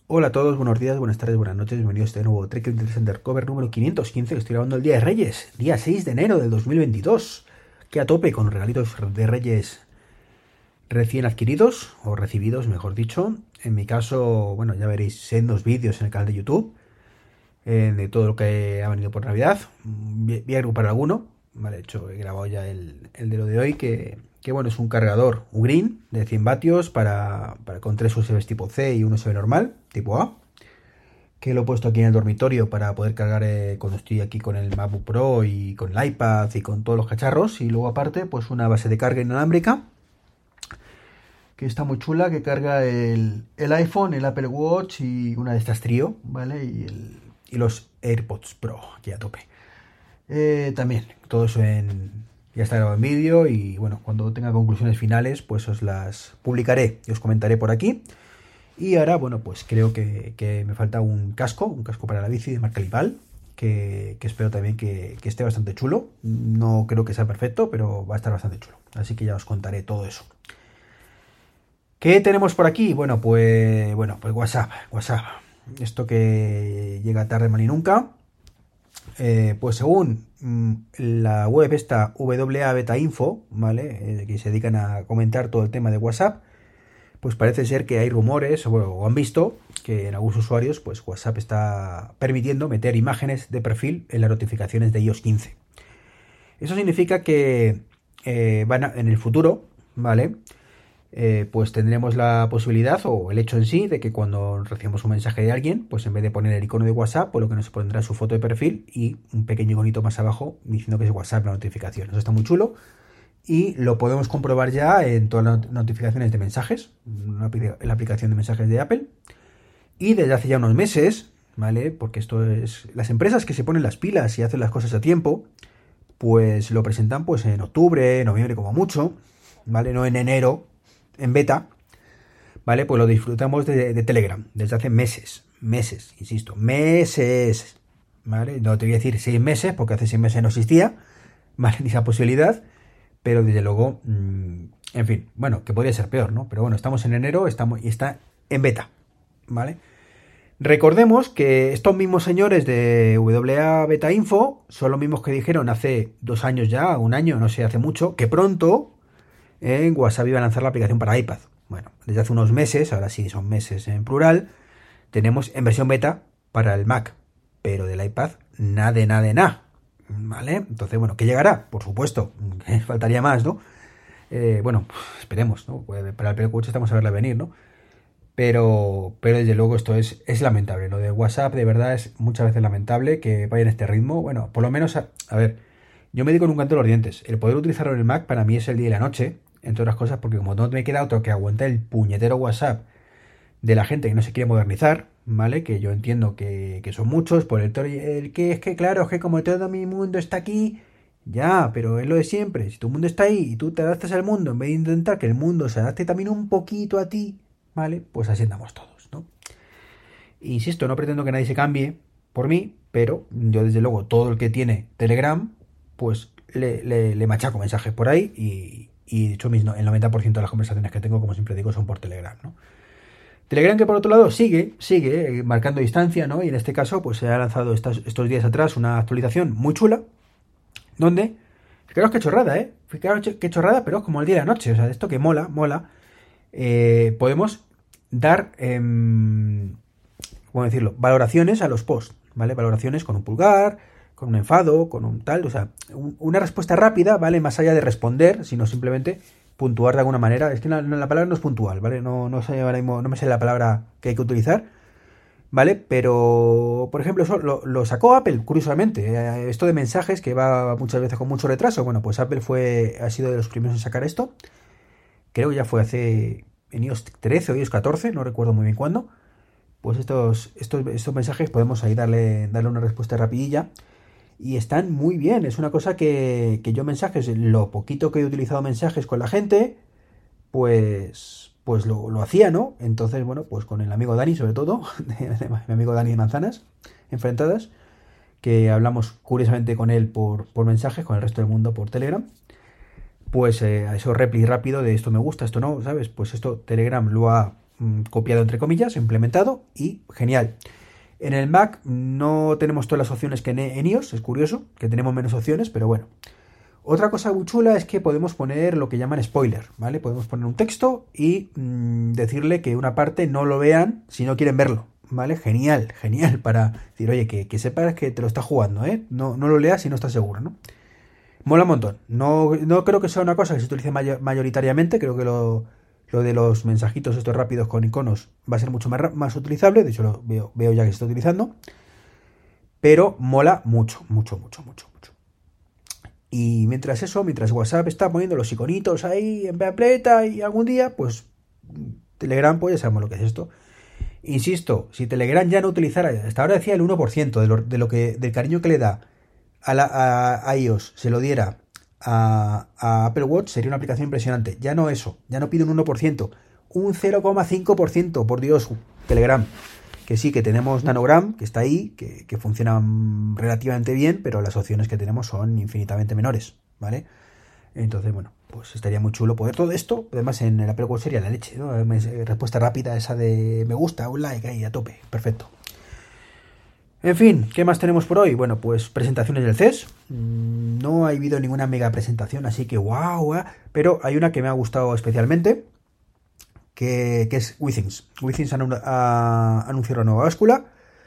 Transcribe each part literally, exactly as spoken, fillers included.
Hola a todos, buenos días, buenas tardes, buenas noches, bienvenidos a este nuevo Trek Undercover número quinientos quince que estoy grabando el día de Reyes, día seis de enero del dos mil veintidós, que a tope con regalitos de Reyes recién adquiridos, o recibidos mejor dicho. En mi caso, bueno, ya veréis sendos vídeos en el canal de YouTube eh, de todo lo que ha venido por Navidad. Voy a agrupar alguno, vale, de hecho he grabado ya el, el de lo de hoy, que, que bueno, es un cargador Ugreen de cien vatios para, para con tres U S Bs tipo C y un U S B normal, tipo A, que lo he puesto aquí en el dormitorio para poder cargar eh, cuando estoy aquí con el MacBook Pro y con el iPad y con todos los cacharros. Y luego aparte, pues una base de carga inalámbrica que está muy chula, que carga el, el iPhone, el Apple Watch y una de estas trío, ¿vale? Y, el, y los AirPods Pro, aquí a tope. Eh, también, todo eso en, ya está grabado en vídeo y bueno, cuando tenga conclusiones finales, pues os las publicaré y os comentaré por aquí. Y ahora, bueno, pues creo que, que me falta un casco, un casco para la bici de marca Lival, que, que espero también que, que esté bastante chulo. No creo que sea perfecto, pero va a estar bastante chulo. Así que ya os contaré todo eso. ¿Qué tenemos por aquí? Bueno, pues bueno, pues WhatsApp, WhatsApp. Esto que llega tarde mal y nunca. Eh, pues según mmm, la web esta W A Beta Info, ¿vale? Eh, que se dedican a comentar todo el tema de WhatsApp, pues parece ser que hay rumores, o, bueno, o han visto que en algunos usuarios, pues WhatsApp está permitiendo meter imágenes de perfil en las notificaciones de i o ese quince. Eso significa que eh, van a, en el futuro, ¿vale? Eh, pues tendremos la posibilidad, o el hecho en sí, de que cuando recibamos un mensaje de alguien, pues en vez de poner el icono de WhatsApp, pues lo que nos pondrá su foto de perfil y un pequeño iconito más abajo diciendo que es WhatsApp la notificación. Eso está muy chulo. Y lo podemos comprobar ya en todas las notificaciones de mensajes, en la aplicación de mensajes de Apple. Y desde hace ya unos meses, ¿vale? Porque esto es... Las empresas que se ponen las pilas y hacen las cosas a tiempo, pues lo presentan pues en octubre, noviembre como mucho, ¿vale? No en enero, en beta, ¿vale? Pues lo disfrutamos de, de Telegram desde hace meses, meses, insisto, meses, ¿vale? No te voy a decir seis meses, porque hace seis meses no existía, ¿vale? Ni esa posibilidad. Pero desde luego, mmm, en fin, bueno, que podría ser peor, ¿no? Pero bueno, estamos en enero estamos, y está en beta, ¿vale? Recordemos que estos mismos señores de W A Beta Info son los mismos que dijeron hace dos años ya, un año, no sé, hace mucho, que pronto en WhatsApp iba a lanzar la aplicación para iPad. Bueno, desde hace unos meses, ahora sí son meses en plural, tenemos en versión beta para el Mac, pero del iPad nada de nada de nada. ¿Vale? Entonces, bueno, ¿qué llegará? Por supuesto, faltaría más, ¿no? Eh, bueno, esperemos, ¿no? Pues para el Apple Watch estamos a verla venir, ¿no? Pero, pero desde luego esto es, es lamentable. Lo de WhatsApp de verdad es muchas veces lamentable que vaya en este ritmo. Bueno, por lo menos, a, a ver, yo me digo en un canto de los dientes. El poder utilizarlo en el Mac para mí es el día y la noche, entre otras cosas, porque como no me queda otro que aguantar el puñetero WhatsApp de la gente que no se quiere modernizar, ¿vale? Que yo entiendo que, que son muchos, por el, el que es que claro, es que como todo mi mundo está aquí, ya, pero es lo de siempre. Si tu mundo está ahí y tú te adaptas al mundo, en vez de intentar que el mundo se adapte también un poquito a ti, ¿vale? Pues así andamos todos, ¿no? Insisto, no pretendo que nadie se cambie por mí, pero yo desde luego, todo el que tiene Telegram, pues le, le, le machaco mensajes por ahí y, y de hecho el noventa por ciento de las conversaciones que tengo, como siempre digo, son por Telegram, ¿no? Telegram, que por otro lado sigue, sigue eh, marcando distancia, ¿no? Y en este caso, pues se ha lanzado estos, estos días atrás una actualización muy chula, donde, fijaros qué chorrada, ¿eh? Fijaros qué chorrada, pero es como el día y la noche, o sea, esto que mola, mola. Eh, podemos dar, eh, ¿cómo decirlo? Valoraciones a los posts, ¿vale? Valoraciones con un pulgar, con un enfado, con un tal, o sea, un, una respuesta rápida, ¿vale? Más allá de responder, sino simplemente puntuar de alguna manera. Es que la, la palabra no es puntual, ¿vale? No, no, sé, ahora mismo, no me sé la palabra que hay que utilizar, ¿vale? Pero, por ejemplo, eso lo, lo sacó Apple, curiosamente. Eh, esto de mensajes, que va muchas veces con mucho retraso. Bueno, pues Apple fue ha sido de los primeros en sacar esto. Creo que ya fue hace en i o ese trece o i o ese catorce, no recuerdo muy bien cuándo. Pues estos, estos, estos mensajes podemos ahí darle, darle una respuesta rapidilla. Y están muy bien, es una cosa que, que yo mensajes, lo poquito que he utilizado mensajes con la gente, pues pues lo, lo hacía, ¿no? Entonces, bueno, pues con el amigo Dani, sobre todo, mi amigo Dani de Manzanas, enfrentadas, que hablamos curiosamente con él por, por mensajes, con el resto del mundo por Telegram, pues eh, a eso repli rápido de esto me gusta, esto no, ¿sabes? Pues esto Telegram lo ha mmm, copiado entre comillas, implementado y genial. En el Mac no tenemos todas las opciones que en iOS, es curioso, que tenemos menos opciones, pero bueno. Otra cosa muy chula es que podemos poner lo que llaman spoiler, ¿vale? Podemos poner un texto y mmm, decirle que una parte no lo vean si no quieren verlo, ¿vale? Genial, genial, para decir, oye, que, que sepas que te lo estás jugando, ¿eh? No, no lo leas si no estás seguro, ¿no? Mola un montón. No, no creo que sea una cosa que se utilice mayor, mayoritariamente, creo que lo, lo de los mensajitos estos rápidos con iconos va a ser mucho más, más utilizable, de hecho lo veo, veo ya que se está utilizando, pero mola mucho, mucho, mucho, mucho, mucho. Y mientras eso, mientras WhatsApp está poniendo los iconitos ahí en completa y algún día, pues Telegram, pues ya sabemos lo que es esto. Insisto, si Telegram ya no utilizara, hasta ahora decía el uno por ciento de lo, de lo que, del cariño que le da a, la, a, a iOS, se lo diera a, a Apple Watch, sería una aplicación impresionante. Ya no eso, ya no pide un uno por ciento, un cero coma cinco por ciento, por Dios, Telegram. Que sí, que tenemos Nanogram, que está ahí, que, que funciona relativamente bien, pero las opciones que tenemos son infinitamente menores, ¿vale? Entonces, bueno, pues estaría muy chulo poder todo esto. Además, en el Apple Watch sería la leche, ¿no? Respuesta rápida esa de me gusta, un like ahí a tope, perfecto. En fin, ¿qué más tenemos por hoy? Bueno, pues presentaciones del C E S. No ha habido ninguna mega presentación, así que wow, wow, pero hay una que me ha gustado especialmente, que, que es Withings. Withings ha, ha anunciado una nueva báscula.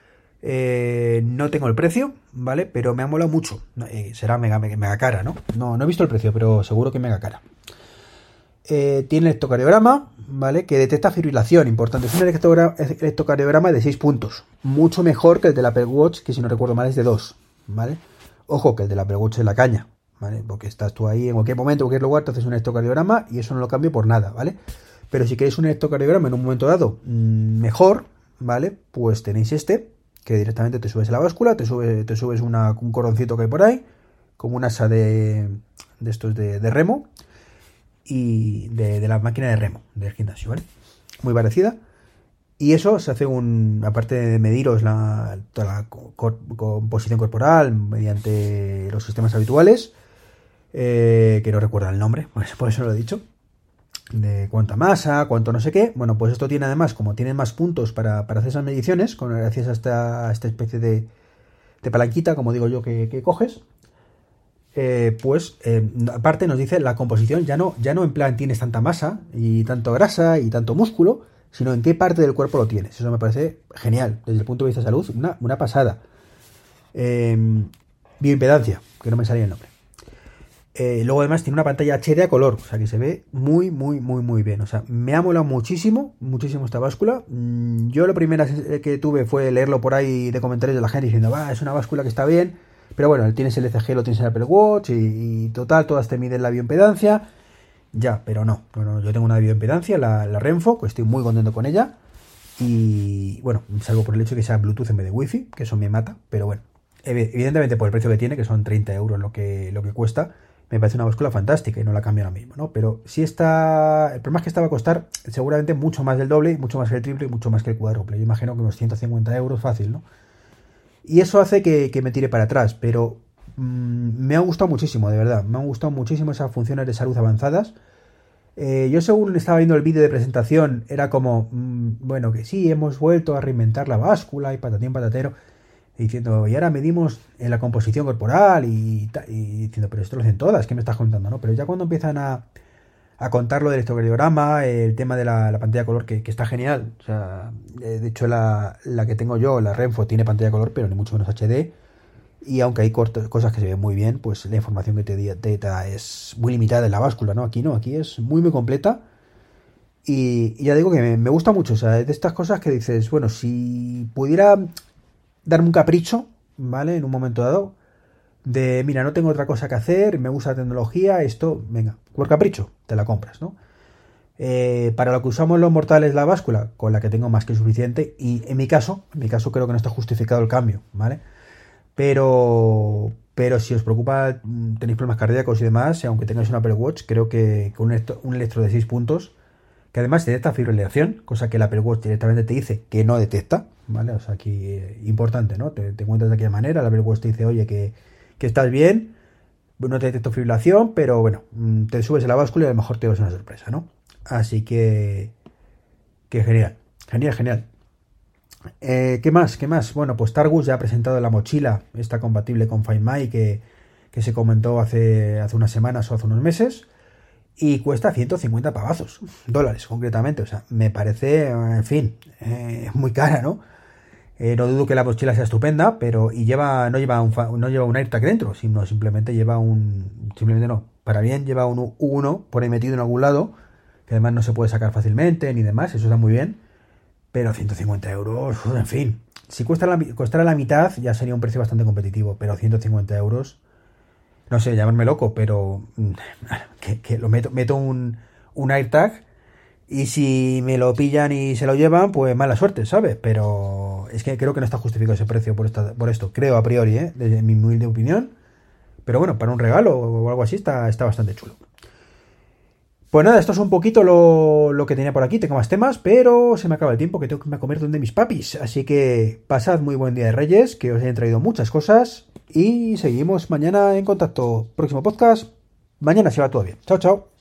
Eh, no tengo el precio, ¿vale? Pero me ha molado mucho. Eh, será mega, mega, mega cara, ¿no? ¿no? No he visto el precio, pero seguro que mega cara. Eh, tiene electrocardiograma, ¿vale? Que detecta fibrilación, importante. Es un electrocardiograma de seis puntos. Mucho mejor que el del Apple Watch, que si no recuerdo mal es de dos, ¿vale? Ojo, que el del Apple Watch es la caña, ¿vale? Porque estás tú ahí en cualquier momento, en cualquier lugar, te haces un electrocardiograma y eso no lo cambio por nada, ¿vale? Pero si queréis un electrocardiograma en un momento dado mejor, ¿vale? Pues tenéis este, que directamente te subes a la báscula, te, sube, te subes una, un cordoncito que hay por ahí, como un asa de, de estos de, de remo, y de, de la máquina de remo del gimnasio, ¿vale? Muy parecida. Y eso se hace un, aparte de mediros la, toda la cor, composición corporal mediante los sistemas habituales, eh, que no recuerdo el nombre, pues por eso lo he dicho, de cuánta masa, cuánto no sé qué. Bueno, pues esto tiene además, como tiene más puntos para, para hacer esas mediciones, con, gracias a esta, a esta especie de, de palanquita, como digo yo, que, que coges, eh, pues eh, aparte nos dice la composición, ya no, ya no en plan tienes tanta masa y tanto grasa y tanto músculo, sino en qué parte del cuerpo lo tienes. Eso me parece genial, desde el punto de vista de salud, una, una pasada. Eh, bioimpedancia, que no me salía el nombre. Eh, luego además tiene una pantalla H D a color, o sea que se ve muy, muy, muy, muy bien. O sea, me ha molado muchísimo, muchísimo esta báscula. Mm, yo lo primero que tuve fue leerlo por ahí de comentarios de la gente diciendo, va, es una báscula que está bien, pero bueno, tienes el E C G, lo tienes en el Apple Watch y, y total, todas te miden la bioimpedancia. Ya, pero no, no, no, yo tengo una bioimpedancia, la, la Renfo, que estoy muy contento con ella. Y bueno, salvo por el hecho de que sea Bluetooth en vez de Wi-Fi, que eso me mata, pero bueno, evidentemente por el precio que tiene, que son treinta euros lo que, lo que cuesta, me parece una báscula fantástica y no la cambio ahora mismo, ¿no? Pero sí está... El problema es que esta va a costar seguramente mucho más del doble, mucho más que el triple y mucho más que el cuádruple. Yo imagino que unos ciento cincuenta euros fácil, ¿no? Y eso hace que, que me tire para atrás, pero mmm, me ha gustado muchísimo, de verdad. Me han gustado muchísimo esas funciones de salud avanzadas. Eh, yo según estaba viendo el vídeo de presentación, era como, mmm, bueno, que sí, hemos vuelto a reinventar la báscula y patatín patatero. Diciendo, y ahora medimos en la composición corporal y, y diciendo, pero esto lo hacen todas, ¿qué me estás contando? ¿No? Pero ya cuando empiezan a, a contar lo del electrocardiograma, el tema de la, la pantalla de color, que, que está genial. O sea, de hecho la, la que tengo yo, la Renfo, tiene pantalla de color, pero ni mucho menos H D. Y aunque hay cortos, cosas que se ven muy bien, pues la información que te, te da es muy limitada en la báscula, ¿no? Aquí no, aquí es muy, muy completa. Y, y ya digo que me, me gusta mucho, o sea, es de estas cosas que dices, bueno, si pudiera darme un capricho, ¿vale? En un momento dado, de, mira, no tengo otra cosa que hacer, me gusta la tecnología, esto, venga, por capricho, te la compras, ¿no? Eh, para lo que usamos los mortales la báscula, con la que tengo más que suficiente, y en mi caso, en mi caso creo que no está justificado el cambio, ¿vale? Pero, pero si os preocupa, tenéis problemas cardíacos y demás, aunque tengáis un Apple Watch, creo que con un electro, un electro de seis puntos, que además detecta fibrilación, cosa que el Apple Watch directamente te dice que no detecta, ¿vale? O sea, aquí eh, importante, ¿no? Te, te encuentras de aquella manera, el Apple Watch te dice, oye, que, que estás bien, no te detecto fibrilación, pero bueno, te subes a la báscula y a lo mejor te das una sorpresa, ¿no? Así que Que genial, genial, genial. Eh, ¿Qué más? ¿Qué más? Bueno, pues Targus ya ha presentado la mochila, está compatible con Find My, que, que se comentó hace, hace unas semanas o hace unos meses, y cuesta ciento cincuenta pavazos, dólares concretamente. O sea, me parece, en fin, eh, muy cara, ¿no? Eh, no dudo que la mochila sea estupenda, pero y lleva no lleva un fa- no lleva un AirTag dentro, sino simplemente lleva un simplemente no, para bien lleva un U uno por ahí metido en algún lado, que además no se puede sacar fácilmente ni demás, eso está muy bien, pero ciento cincuenta euros, en fin, si cuesta la, mi- costara la mitad ya sería un precio bastante competitivo, pero ciento cincuenta euros, no sé, llamarme loco, pero mm, que, que lo meto, meto un, un AirTag y si me lo pillan y se lo llevan, pues mala suerte, ¿sabes? Pero es que creo que no está justificado ese precio por, esta, por esto, creo a priori, ¿eh? Desde mi humilde opinión. Pero bueno, para un regalo o algo así está, está bastante chulo. Pues nada, esto es un poquito lo, lo que tenía por aquí. Tengo más temas, pero se me acaba el tiempo que tengo que irme a comer donde mis papis. Así que pasad muy buen día de Reyes, que os hayan traído muchas cosas. Y seguimos mañana en contacto. Próximo podcast. Mañana se va todo bien. Chao, chao.